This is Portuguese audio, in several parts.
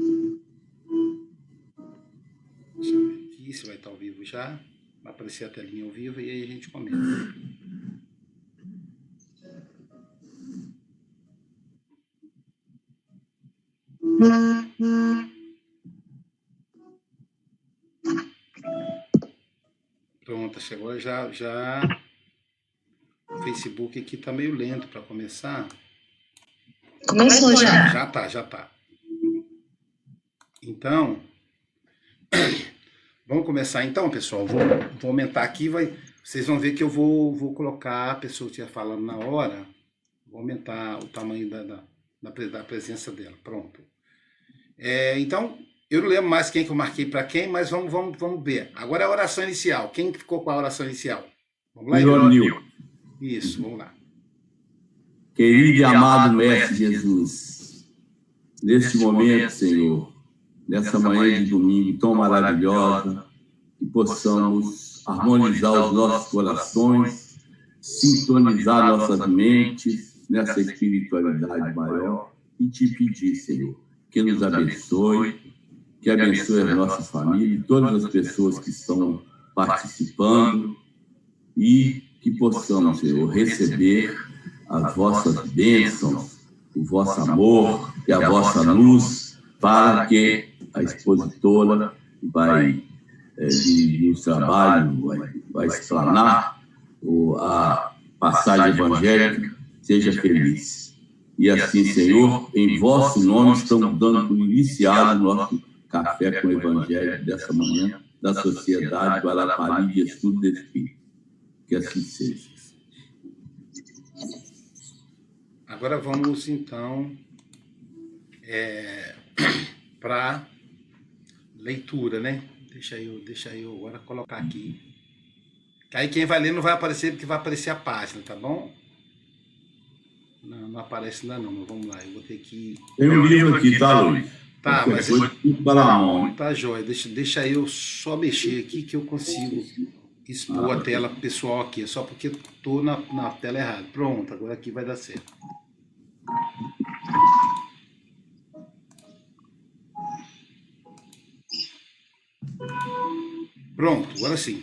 Deixa eu ver aqui se vai estar ao vivo já. Vai aparecer a telinha ao vivo e aí a gente comenta. Pronto, chegou já. O Facebook aqui tá meio lento para começar. Começou já. Já tá. Então, vamos começar então, pessoal. Vou aumentar aqui, vocês vão ver que eu vou colocar a pessoa que estiver falando na hora, vou aumentar o tamanho da presença dela. Pronto. Então, eu não lembro mais quem que eu marquei para quem, mas vamos ver. Agora é a oração inicial. Quem ficou com a oração inicial? Vamos lá, Joanil. Isso, vamos lá. Querido e amado Mestre Jesus, neste momento, Senhor, nessa manhã de domingo tão maravilhosa, que possamos harmonizar os nossos corações, sintonizar nossas mentes nessa espiritualidade maior e te pedir, Senhor, que nos abençoe, que abençoe as nossas famílias, todas as pessoas que estão participando e que possamos, Senhor, receber as vossas bênçãos, o vosso amor e a vossa luz, para que a expositora vai dirigir o trabalho, vai explanar a passagem evangélica, seja feliz. E assim, Senhor, em vosso nome estamos dando por iniciado o nosso café com o Evangelho dessa manhã, da Sociedade Guarapari de Estudo do Espírito. Que assim seja. Agora vamos, então, para leitura, né? Deixa eu agora colocar aqui. Aí quem vai ler não vai aparecer, porque vai aparecer a página, tá bom? Não aparece ainda não, mas vamos lá. Eu vou ter que... Tem um livro aqui, tá, Luiz? Tá, mas... Mão, tá, joia. Deixa eu só mexer aqui que eu consigo expor a tela pessoal aqui. É só porque eu tô na tela errada. Pronto, agora aqui vai dar certo. Pronto, agora sim.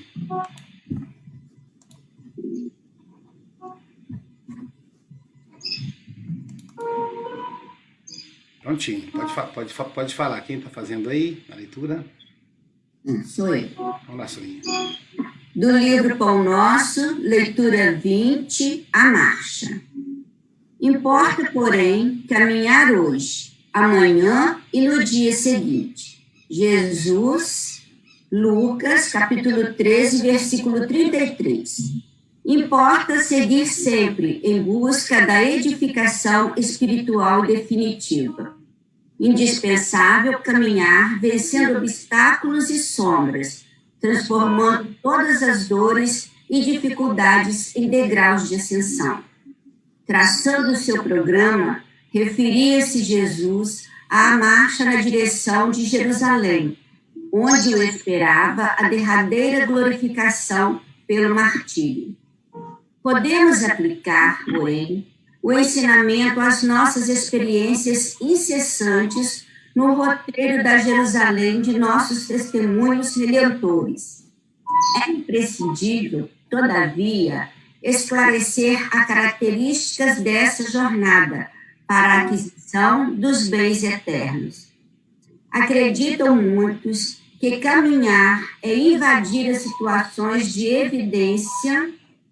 Prontinho, pode falar. Quem está fazendo aí a leitura? Sou eu. Vamos lá, Soninha. Do livro Pão Nosso, leitura 20, A Marcha. Importa, porém, caminhar hoje, amanhã e no dia seguinte. Jesus, Lucas, capítulo 13, versículo 33. Importa seguir sempre em busca da edificação espiritual definitiva. Indispensável caminhar vencendo obstáculos e sombras, transformando todas as dores e dificuldades em degraus de ascensão. Traçando o seu programa, referia-se Jesus à marcha na direção de Jerusalém, onde o esperava a derradeira glorificação pelo martírio. Podemos aplicar, porém, o ensinamento às nossas experiências incessantes no roteiro da Jerusalém de nossos testemunhos redentores. É imprescindível, todavia, esclarecer as características dessa jornada para a aquisição dos bens eternos. Acreditam muitos que caminhar é invadir as situações de evidência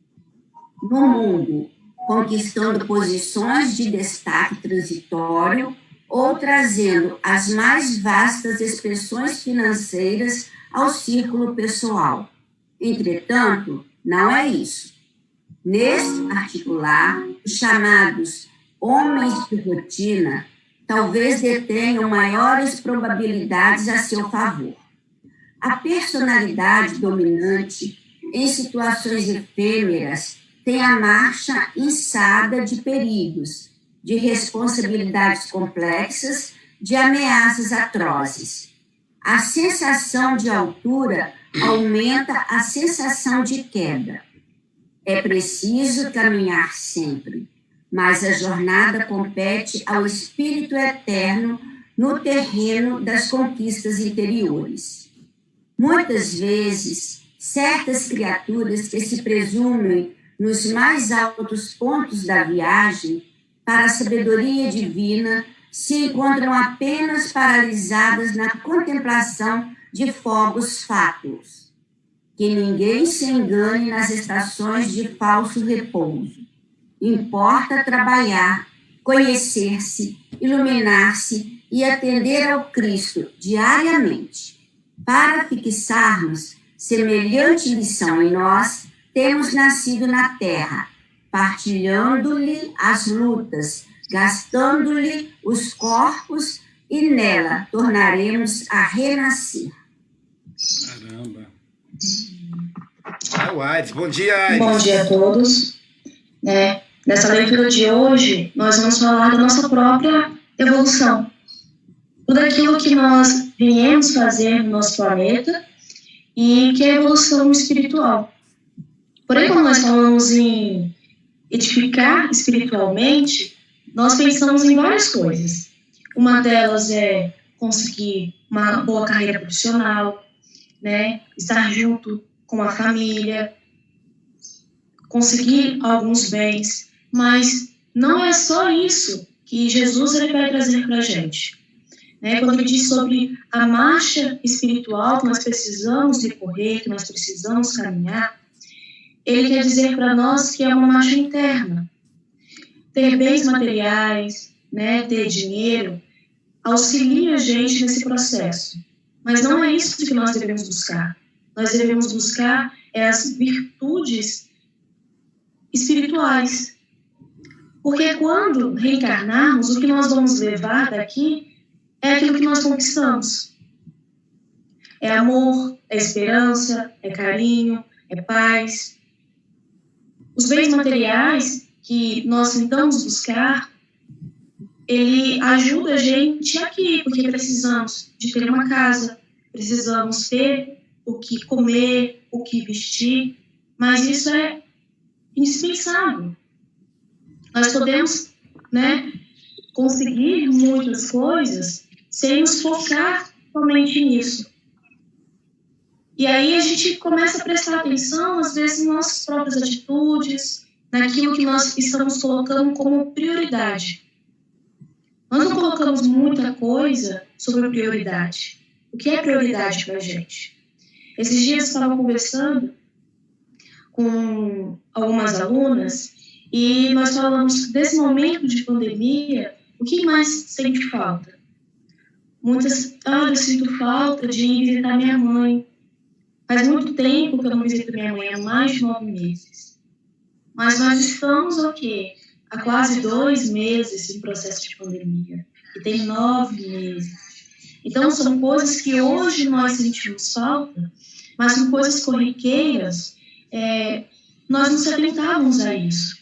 no mundo, conquistando posições de destaque transitório ou trazendo as mais vastas expressões financeiras ao círculo pessoal. Entretanto, não é isso. Nesse particular, os chamados homens de rotina talvez detenham maiores probabilidades a seu favor. A personalidade dominante em situações efêmeras tem a marcha inçada de perigos, de responsabilidades complexas, de ameaças atrozes. A sensação de altura aumenta a sensação de queda. É preciso caminhar sempre, mas a jornada compete ao Espírito Eterno no terreno das conquistas interiores. Muitas vezes, certas criaturas que se presumem nos mais altos pontos da viagem para a sabedoria divina se encontram apenas paralisadas na contemplação de fogos fátuos. Que ninguém se engane nas estações de falso repouso. Importa trabalhar, conhecer-se, iluminar-se e atender ao Cristo diariamente. Para fixarmos semelhante lição em nós, temos nascido na terra, partilhando-lhe as lutas, gastando-lhe os corpos, e nela tornaremos a renascer. Caramba. Aides, bom dia, Aides. Bom dia a todos. Nessa leitura de hoje, nós vamos falar da nossa própria evolução. Tudo aquilo que nós viemos fazer no nosso planeta e que é a evolução espiritual. Porém, quando nós falamos em edificar espiritualmente, nós pensamos em várias coisas. Uma delas é conseguir uma boa carreira profissional, estar junto com a família, conseguir alguns bens, mas não é só isso que Jesus vai trazer para a gente. Quando ele diz sobre a marcha espiritual que nós precisamos decorrer, que nós precisamos caminhar, ele quer dizer para nós que é uma marcha interna. Ter bens materiais, ter dinheiro, auxilia a gente nesse processo. Mas não é isso que nós devemos buscar. Nós devemos buscar as virtudes espirituais. Porque quando reencarnarmos, o que nós vamos levar daqui é aquilo que nós conquistamos. É amor, é esperança, é carinho, é paz. Os bens materiais que nós tentamos buscar, ele ajuda a gente aqui, porque precisamos de ter uma casa, precisamos ter o que comer, o que vestir, mas isso é indispensável. Nós podemos, conseguir muitas coisas sem nos focar somente nisso. E aí a gente começa a prestar atenção, às vezes, em nossas próprias atitudes, naquilo que nós estamos colocando como prioridade. Nós não colocamos muita coisa sobre a prioridade. O que é prioridade para a gente? Esses dias eu estava conversando com algumas alunas e nós falamos desse momento de pandemia, o que mais sente falta? Muitas, eu sinto falta de ir visitar minha mãe. Faz muito tempo que eu não visito minha mãe, há mais de 9 meses. Mas nós estamos o quê? Há quase 2 meses em processo de pandemia. E tem 9 meses. Então, são coisas que hoje nós sentimos falta, mas são coisas corriqueiras, nós não se atentávamos a isso.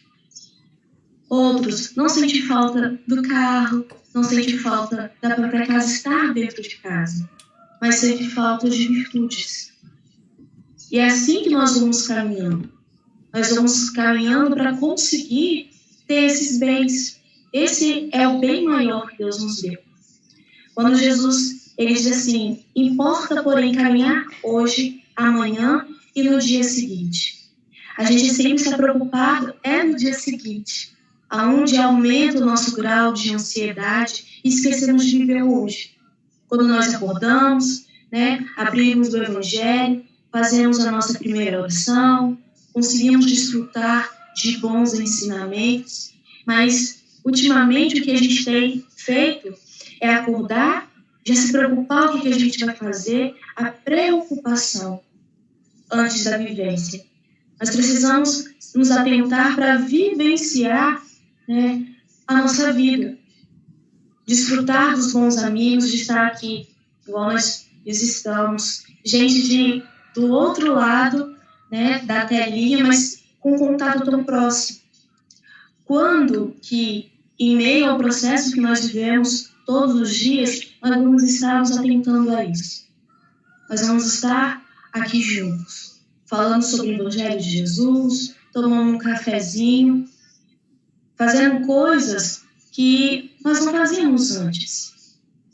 Outros não sentem falta do carro, não sentem falta da própria casa, estar dentro de casa, mas sentem falta de virtudes. E é assim que nós vamos caminhando. Nós vamos caminhando para conseguir ter esses bens. Esse é o bem maior que Deus nos deu. Quando Jesus, ele diz assim, importa, porém, caminhar hoje, amanhã e no dia seguinte. A gente sempre está preocupado no dia seguinte, aonde aumenta o nosso grau de ansiedade e esquecemos de viver hoje. Quando nós acordamos, abrimos o Evangelho, fazemos a nossa primeira oração, conseguimos desfrutar de bons ensinamentos, mas ultimamente o que a gente tem feito é acordar, já se preocupar o que a gente vai fazer, a preocupação antes da vivência. Nós precisamos nos atentar para vivenciar a nossa vida, desfrutar dos bons amigos, de estar aqui, igual nós estamos, gente do outro lado da telinha, mas com contato tão próximo. Quando que, em meio ao processo que nós vivemos todos os dias, nós vamos estar nos atentando a isso. Nós vamos estar aqui juntos, falando sobre o Evangelho de Jesus, tomando um cafezinho, fazendo coisas que nós não fazíamos antes.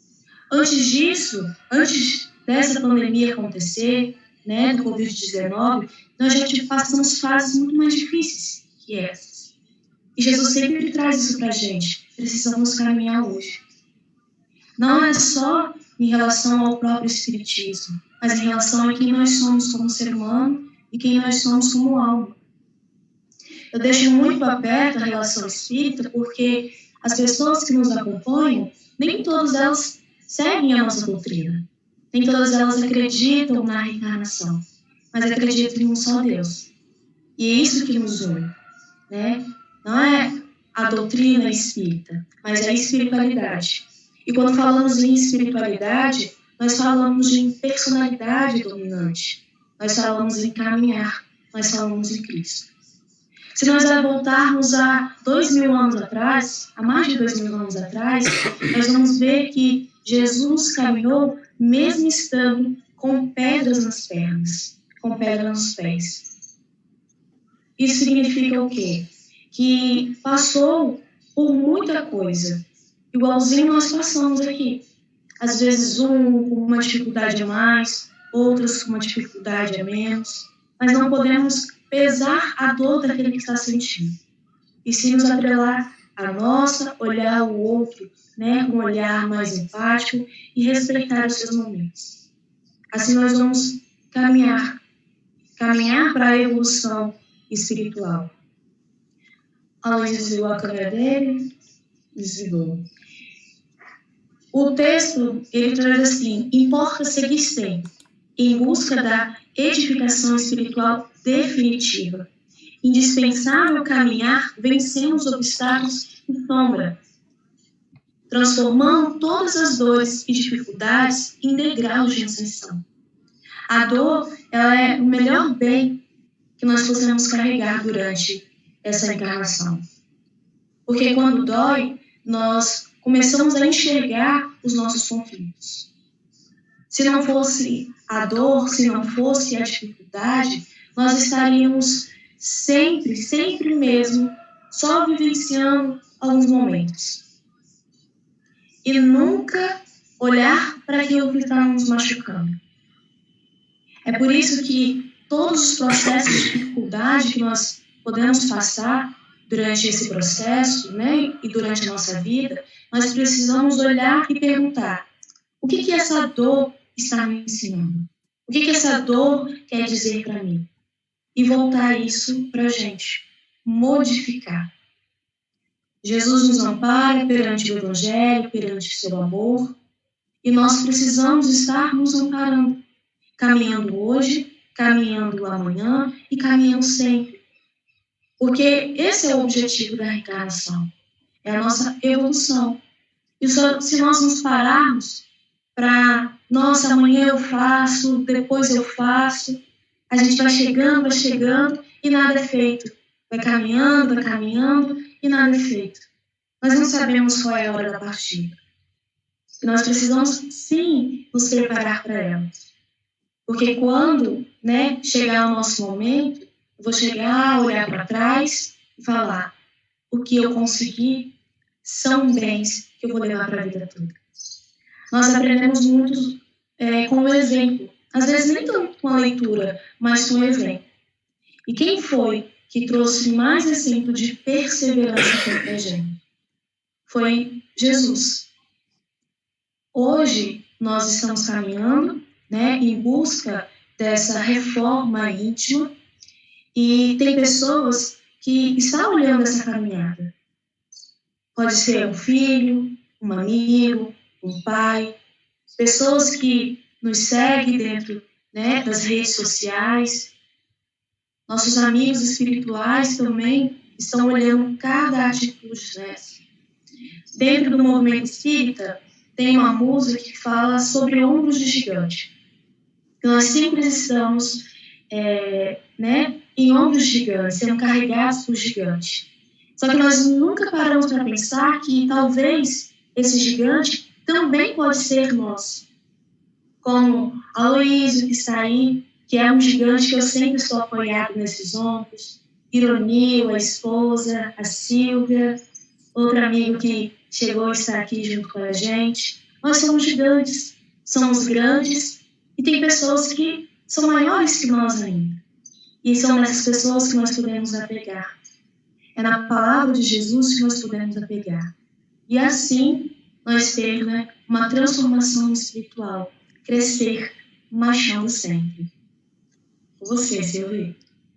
Antes disso, antes dessa pandemia acontecer, né, do Covid-19, nós já passamos fases muito mais difíceis que essas. E Jesus sempre traz isso para a gente. Precisamos caminhar hoje. Não é só em relação ao próprio Espiritismo, mas em relação a quem nós somos como ser humano e quem nós somos como alma. Eu deixo muito aberta a relação espírita porque as pessoas que nos acompanham, nem todas elas seguem a nossa doutrina. Nem todas elas acreditam na reencarnação, mas acreditam em um só Deus. E é isso que nos une, né? Não é a doutrina espírita, mas a espiritualidade. E quando falamos em espiritualidade, nós falamos de personalidade dominante. Nós falamos em caminhar, nós falamos em Cristo. Se nós voltarmos a 2000 anos atrás, a mais de 2000 anos atrás, nós vamos ver que Jesus caminhou mesmo estando com pedras nas pernas, com pedras nos pés. Isso significa o quê? Que passou por muita coisa, igualzinho nós passamos aqui. Às vezes com uma dificuldade a mais, outros com uma dificuldade a menos, mas não podemos pesar a dor daquele que está sentindo. E se nos atrelar a nossa, olhar o outro, né, um olhar mais empático e respeitar os seus momentos. Assim nós vamos caminhar para a evolução espiritual. A Luiz desligou a câmera dele, desligou. O texto, ele traz assim: importa seguir sempre, em busca da edificação espiritual definitiva. Indispensável caminhar vencendo os obstáculos em sombra, transformando todas as dores e dificuldades em degraus de ascensão. A dor, ela é o melhor bem que nós possamos carregar durante essa encarnação. Porque quando dói, nós começamos a enxergar os nossos conflitos. Se não fosse a dor, se não fosse a dificuldade, nós estaríamos sempre mesmo, só vivenciando alguns momentos. E nunca olhar para aquilo que está nos machucando. É por isso que todos os processos de dificuldade que nós podemos passar durante esse processo, né, e durante a nossa vida, nós precisamos olhar e perguntar: o que essa dor está me ensinando? O que essa dor quer dizer para mim? E voltar isso para a gente, modificar. Jesus nos ampara perante o Evangelho, perante o seu amor, e nós precisamos estar nos amparando, caminhando hoje, caminhando amanhã e caminhando sempre. Porque esse é o objetivo da reencarnação, é a nossa evolução. E se nós nos pararmos para, nossa, amanhã eu faço, depois eu faço, a gente vai chegando e nada é feito. Vai caminhando e nada é feito. Nós não sabemos qual é a hora da partida. E nós precisamos, sim, nos preparar para ela. Porque quando, né, chegar o nosso momento, eu vou chegar, olhar para trás e falar: o que eu consegui são bens que eu vou levar para a vida toda. Nós aprendemos muito com o exemplo. Às vezes nem tanto com a leitura, mas com o exemplo. E quem foi que trouxe mais exemplo de perseverança para a gente? Foi Jesus. Hoje nós estamos caminhando, né, em busca dessa reforma íntima, e tem pessoas que estão olhando essa caminhada. Pode ser um filho, um amigo, um pai, pessoas que nos seguem dentro, né, das redes sociais. Nossos amigos espirituais também estão olhando cada atitude dessa. Dentro do movimento espírita, tem uma música que fala sobre ombros de gigante. Nós sempre estamos em ombros gigantes, sendo carregados por gigante. Só que nós nunca paramos para pensar que talvez esse gigante também pode ser nosso. Como Aloísio, que está aí, que é um gigante que eu sempre estou apoiado nesses ombros. Ironil, a esposa, a Silvia, outro amigo que chegou a estar aqui junto com a gente. nós somos gigantes, somos grandes, e tem pessoas que são maiores que nós ainda. E são nessas pessoas que nós podemos apegar. É na palavra de Jesus que nós podemos apegar. E assim, nós ter, né, uma transformação espiritual, crescer, marchando sempre. Com você, Silvia.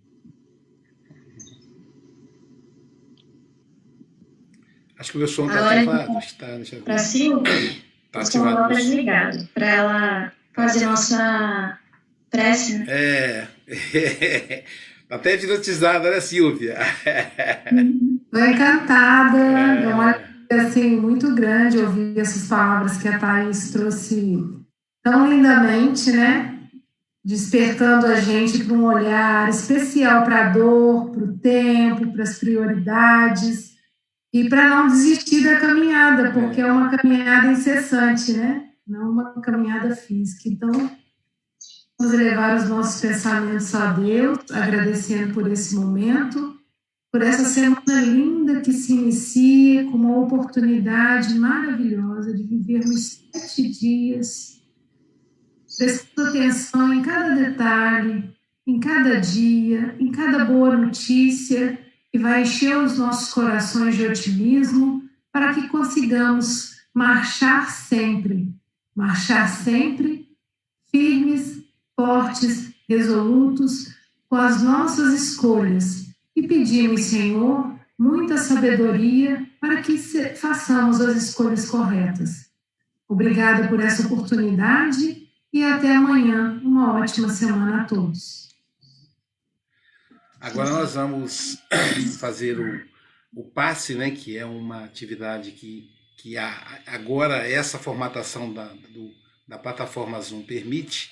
Acho que o meu som está ativado. Para a Silvia, está ativado. Está desligado, para ela fazer nossa prece. Né? Está até hipnotizada, né, Silvia? Estou encantada. É uma assim, muito grande ouvir essas palavras que a Thaís trouxe tão lindamente, né? Despertando a gente para um olhar especial para a dor, para o tempo, para as prioridades e para não desistir da caminhada, porque é uma caminhada incessante, né? Não uma caminhada física. Então, vamos levar os nossos pensamentos a Deus, agradecendo por esse momento, por essa semana linda que se inicia com uma oportunidade maravilhosa de vivermos 7 dias prestando atenção em cada detalhe, em cada dia, em cada boa notícia que vai encher os nossos corações de otimismo para que consigamos marchar sempre firmes, fortes, resolutos, com as nossas escolhas. E pedimos, Senhor, muita sabedoria para que façamos as escolhas corretas. Obrigada por essa oportunidade e até amanhã. Uma ótima semana a todos. Agora nós vamos fazer o passe, né, que é uma atividade que agora essa formatação da plataforma Zoom permite,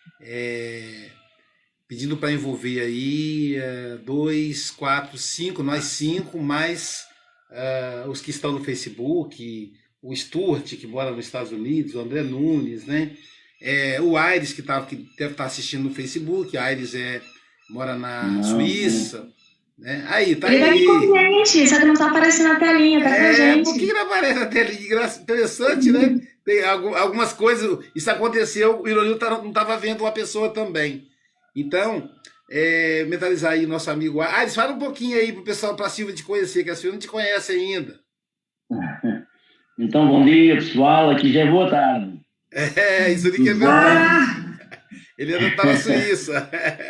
pedindo para envolver aí 2, 4, 5, nós 5, mais os que estão no Facebook, o Stuart, que mora nos Estados Unidos, o André Nunes, né? O Aires, que deve estar assistindo no Facebook, Aires mora na Suíça, né? Aí, tá ele aí. Ele com a gente, só que não está aparecendo na telinha, tá com a gente. Por que não aparece na telinha? Interessante, né? Tem algumas coisas, isso aconteceu, o Ironil não estava vendo uma pessoa também. Então, mentalizar aí nosso amigo Aires, fala um pouquinho aí pro pessoal, pra Silvia te conhecer, que a Silvia não te conhece ainda. Então, bom dia, pessoal, aqui já é boa tarde. Isso aqui é verdade. Ele ainda está na Suíça.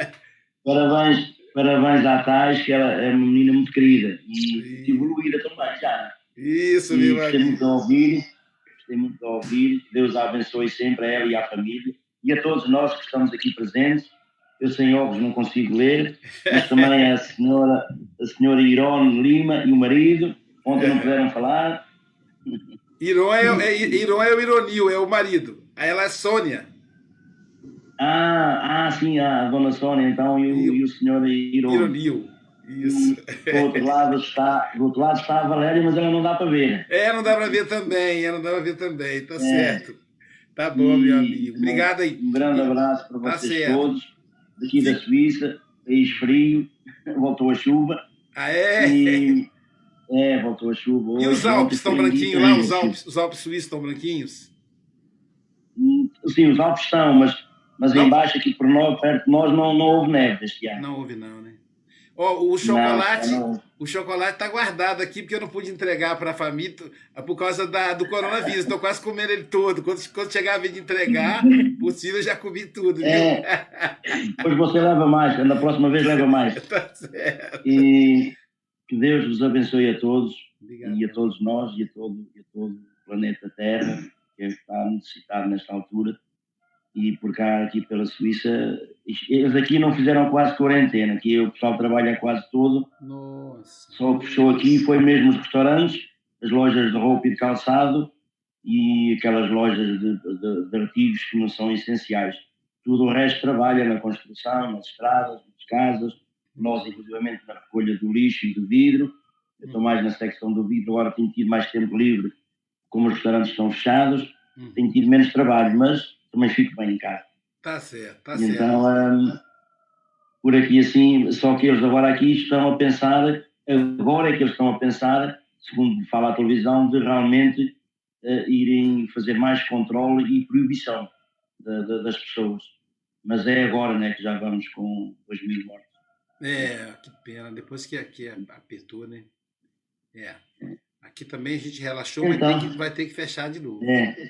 Parabéns à Thais, que ela é uma menina muito querida e evoluída também já. Isso, meu amigo. Gostei muito de ouvir. Deus a abençoe sempre a ela e à família e a todos nós que estamos aqui presentes. Eu sem óculos não consigo ler, mas também a senhora Irone Lima e o marido, ontem não puderam falar. Iron é o Ironil, é o marido. Aí ela é Sônia. Sim, a dona Sônia, então, e o senhor Ironil. Isso. Do outro lado está a Valéria, mas ela não dá para ver. Não dá para ver também, tá certo. Tá bom, meu amigo. Obrigado aí. Um grande abraço para vocês todos. Daqui da Suíça, país frio, voltou a chuva. Voltou a chuva hoje. E os Alpes estão branquinhos lá? Os Alpes suíços estão branquinhos? Sim, os Alpes estão, mas embaixo aqui por nós, perto de nós, não houve neve este ano. Não houve não, né? O chocolate está guardado aqui, porque eu não pude entregar para a família por causa do coronavírus. Estou quase comendo ele todo. Quando chegar a vez de entregar, possível, eu já comi tudo. Depois você leva mais, na próxima vez leva mais. Tá certo. E que Deus vos abençoe a todos. Obrigado. E a todos nós e a todo o planeta Terra, que está necessitado nesta altura. E por cá, aqui pela Suíça, eles aqui não fizeram quase quarentena, aqui o pessoal trabalha quase todo. Nossa. Só o que fechou aqui foi mesmo os restaurantes, as lojas de roupa e de calçado e aquelas lojas de artigos que não são essenciais. Tudo o resto trabalha na construção, nas estradas, nas casas, nós inclusivamente na recolha do lixo e do vidro. Eu estou mais na secção do vidro, agora tenho tido mais tempo livre, como os restaurantes estão fechados, tenho tido menos trabalho, mas também fico bem em casa. Tá certo. Então, por aqui assim, só que eles agora aqui estão a pensar, agora é que eles estão a pensar, segundo fala a televisão, de realmente irem fazer mais controle e proibição das pessoas. Mas é agora, né, que já vamos com 2.000 mortos. Que pena. Depois que aqui apertou, né? Aqui também a gente relaxou, então, mas vai ter que fechar de novo.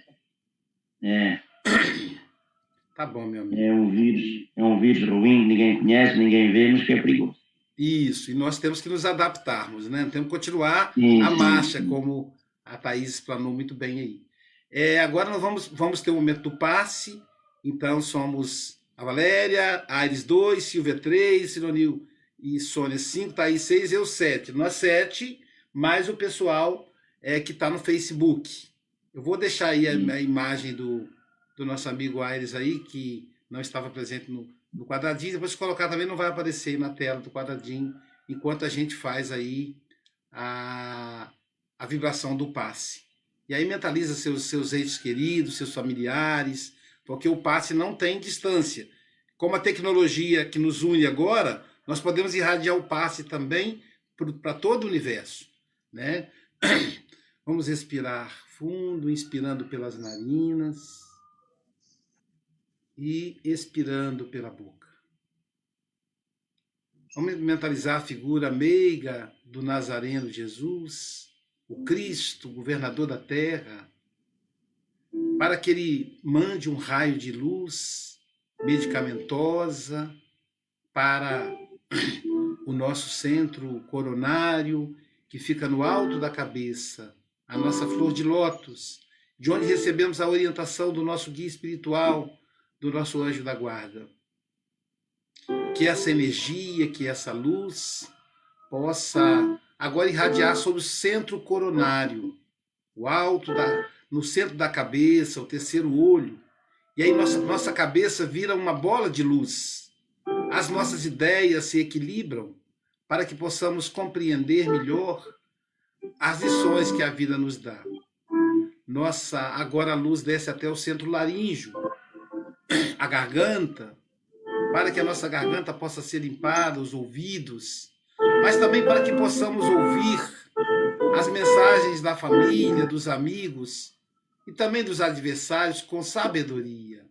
Tá bom, meu amigo. É um vírus ruim, ninguém conhece, ninguém vê, mas que é perigoso. Isso, e nós temos que nos adaptarmos, né? Temos que continuar a marcha, como a Thaís explanou muito bem aí. Agora nós vamos ter o momento do passe. Então somos a Valéria, Aires 2, Silvia 3, Sironil e Sônia 5, Thaís 6, eu 7. Nós 7, mais o pessoal que está no Facebook. Eu vou deixar aí a imagem do nosso amigo Aires aí, que não estava presente no quadradinho. Depois se colocar também não vai aparecer aí na tela do quadradinho, enquanto a gente faz aí a vibração do passe. E aí mentaliza seus entes queridos, seus familiares, porque o passe não tem distância. Como a tecnologia que nos une agora, nós podemos irradiar o passe também para todo o universo, né? Vamos respirar fundo, inspirando pelas narinas e expirando pela boca. Vamos mentalizar a figura meiga do Nazareno Jesus, o Cristo, governador da terra, para que ele mande um raio de luz medicamentosa para o nosso centro coronário, que fica no alto da cabeça, a nossa flor de lótus, de onde recebemos a orientação do nosso guia espiritual, do nosso anjo da guarda. Que essa energia, que essa luz possa agora irradiar sobre o centro coronário, o alto no centro da cabeça, o terceiro olho. E aí nossa cabeça vira uma bola de luz. As nossas ideias se equilibram para que possamos compreender melhor as lições que a vida nos dá. Agora a luz desce até o centro laríngeo, a garganta, para que a nossa garganta possa ser limpada, os ouvidos, mas também para que possamos ouvir as mensagens da família, dos amigos e também dos adversários com sabedoria.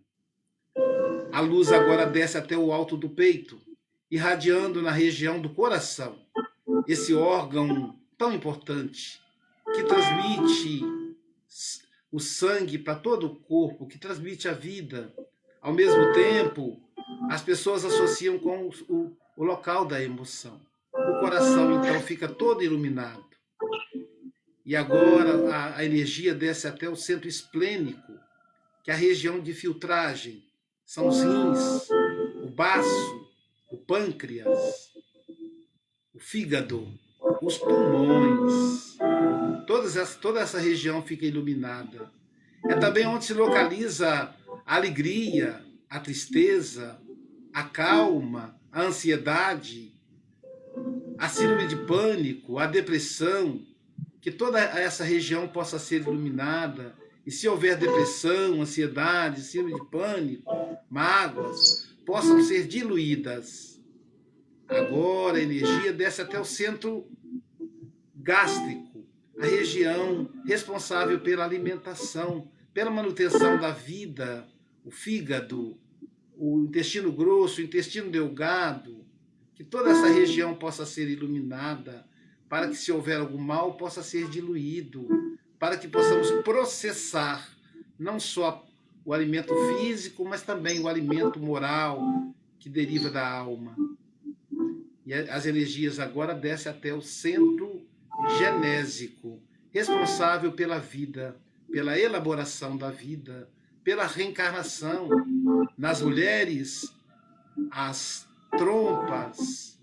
A luz agora desce até o alto do peito, irradiando na região do coração, esse órgão tão importante que transmite o sangue para todo o corpo, que transmite a vida. Ao mesmo tempo, as pessoas associam com o local da emoção. O coração, então, fica todo iluminado. E agora a energia desce até o centro esplênico, que é a região de filtragem. São os rins, o baço, o pâncreas, o fígado, os pulmões. Toda essa região fica iluminada. É também onde se localiza a alegria, a tristeza, a calma, a ansiedade, a síndrome de pânico, a depressão, que toda essa região possa ser iluminada. E se houver depressão, ansiedade, síndrome de pânico, mágoas, possam ser diluídas. Agora a energia desce até o centro gástrico, a região responsável pela alimentação, pela manutenção da vida, o fígado, o intestino grosso, o intestino delgado, que toda essa região possa ser iluminada, para que se houver algum mal possa ser diluído, para que possamos processar não só o alimento físico, mas também o alimento moral que deriva da alma. E as energias agora descem até o centro genésico, responsável pela vida, pela elaboração da vida, pela reencarnação. Nas mulheres, as trompas,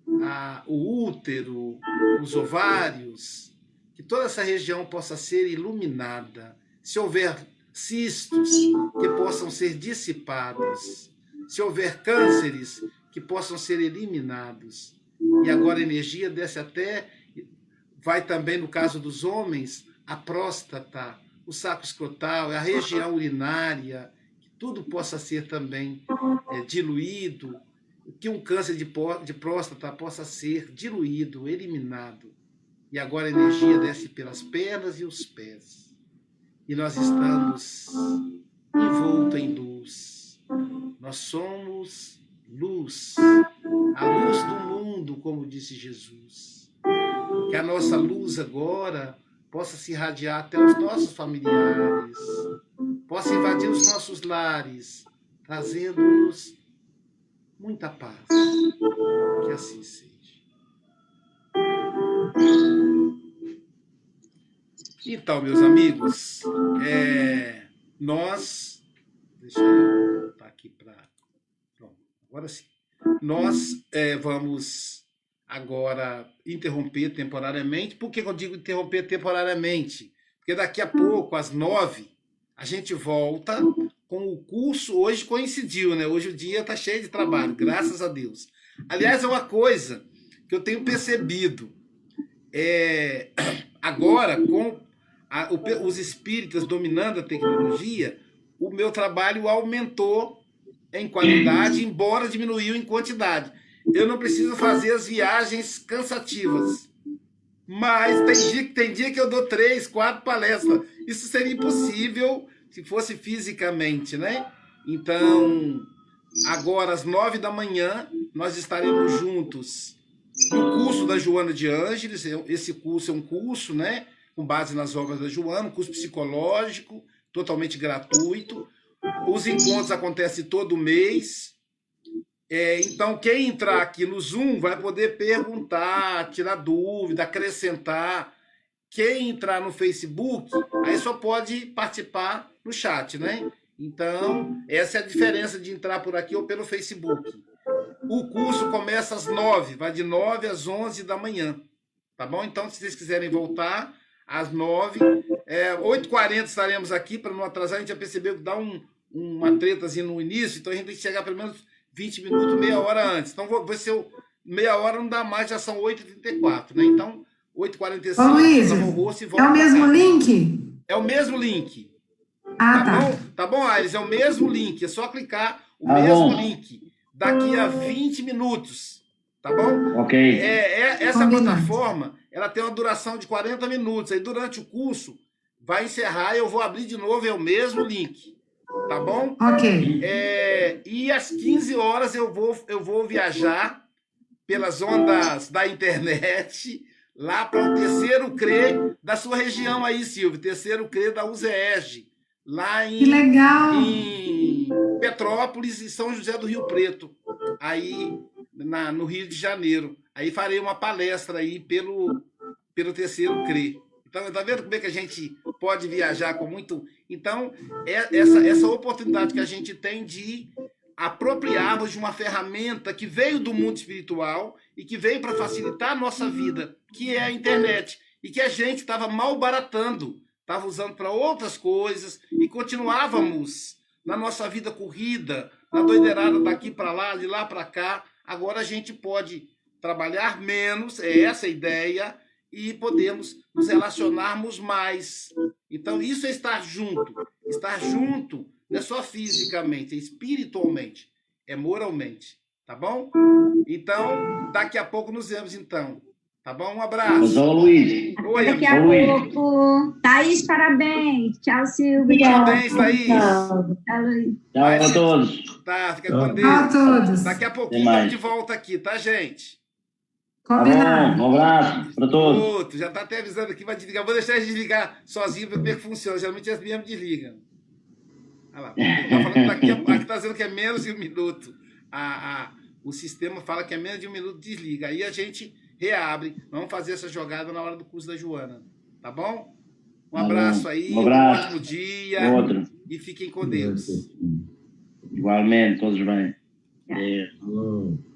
o útero, os ovários, que toda essa região possa ser iluminada. Se houver cistos, que possam ser dissipados. Se houver cânceres, que possam ser eliminados. E agora a energia desce até, vai também, no caso dos homens, a próstata, o saco escrotal, a região urinária, que tudo possa ser também diluído, que um câncer de próstata possa ser diluído, eliminado. E agora a energia desce pelas pernas e os pés. e nós estamos envoltos em luz. Nós somos luz, a luz do mundo, como disse Jesus. Que a nossa luz agora possa se irradiar até os nossos familiares, possa invadir os nossos lares, trazendo-nos muita paz. Que assim seja. Então, meus amigos, nós... Deixa eu voltar aqui para... Pronto, agora sim. Nós vamos agora interromper temporariamente. Por que eu digo interromper temporariamente? Porque daqui a pouco, às 9, a gente volta com o curso. Hoje coincidiu, né? Hoje o dia está cheio de trabalho, graças a Deus. Aliás, é uma coisa que eu tenho percebido. Agora, com os espíritas dominando a tecnologia, o meu trabalho aumentou em qualidade, embora diminuiu em quantidade. Eu não preciso fazer as viagens cansativas. Mas tem dia que eu dou 3, 4 palestras. Isso seria impossível se fosse fisicamente, né? Então, agora às 9 da manhã, nós estaremos juntos no curso da Joana de Ângeles. Esse curso é um curso, né, com base nas obras da Joana, um curso psicológico, totalmente gratuito. Os encontros acontecem todo mês. Então, quem entrar aqui no Zoom vai poder perguntar, tirar dúvida, acrescentar. Quem entrar no Facebook, aí só pode participar no chat, né? Então, essa é a diferença de entrar por aqui ou pelo Facebook. O curso começa às 9, vai de 9 às 11 da manhã, tá bom? Então, se vocês quiserem voltar, às 9, 8h40 estaremos aqui, para não atrasar. A gente já percebeu que dá uma tretazinha no início, então a gente tem que chegar pelo menos 20 minutos, meia hora antes. Então, vai ser meia hora, não dá mais, já são 8h34, né? Então, 8h45, Luiz, almoço e volta. É o mesmo link? É o mesmo link. Tá. Bom? Tá bom, Aires? É o mesmo link, é só clicar o mesmo link. Daqui a 20 minutos, tá bom? Ok. Essa plataforma, ela tem uma duração de 40 minutos. Aí, durante o curso, vai encerrar e eu vou abrir de novo, é o mesmo link. Tá bom? Ok. E às 15 horas eu vou viajar pelas ondas da internet lá para o terceiro CRE da sua região aí, Silvio. Terceiro CRE da USERJ. Lá Que legal. em Petrópolis e São José do Rio Preto, aí no Rio de Janeiro. Aí farei uma palestra aí pelo terceiro CRE. Então, tá vendo como é que a gente pode viajar com muito... Então, essa oportunidade que a gente tem de apropriarmos de uma ferramenta que veio do mundo espiritual e que veio para facilitar a nossa vida, que é a internet, e que a gente estava malbaratando, estava usando para outras coisas e continuávamos na nossa vida corrida, na doideirada daqui para lá, de lá para cá. Agora a gente pode trabalhar menos, é essa a ideia, e podemos nos relacionarmos mais. Então, isso é estar junto. Estar junto não é só fisicamente, é espiritualmente, é moralmente. Tá bom? Então, daqui a pouco nos vemos, então. Tá bom? Um abraço. Ô, Luiz. Oi, daqui a pouco. Thaís, parabéns. Tchau, Silvio. Parabéns, Thaís. Tchau, Luiz. Tchau a todos. Tá, fica com Deus. Tchau a todos. Daqui a pouquinho estamos de volta aqui, tá, gente? Combinado. Um abraço para todos. Outro, já tá até avisando aqui, vai desligar. Vou deixar ele desligar sozinho para ver como é que funciona. Geralmente eles mesmo desligam. Olha lá. Tá falando aqui tá dizendo que é menos de 1 minuto. O sistema fala que é menos de 1 minuto, desliga. Aí a gente reabre. Vamos fazer essa jogada na hora do curso da Joana. Tá bom? Um abraço aí. Um abraço. Um ótimo dia. Outro. E fiquem com Deus. Igualmente, todos bem. É.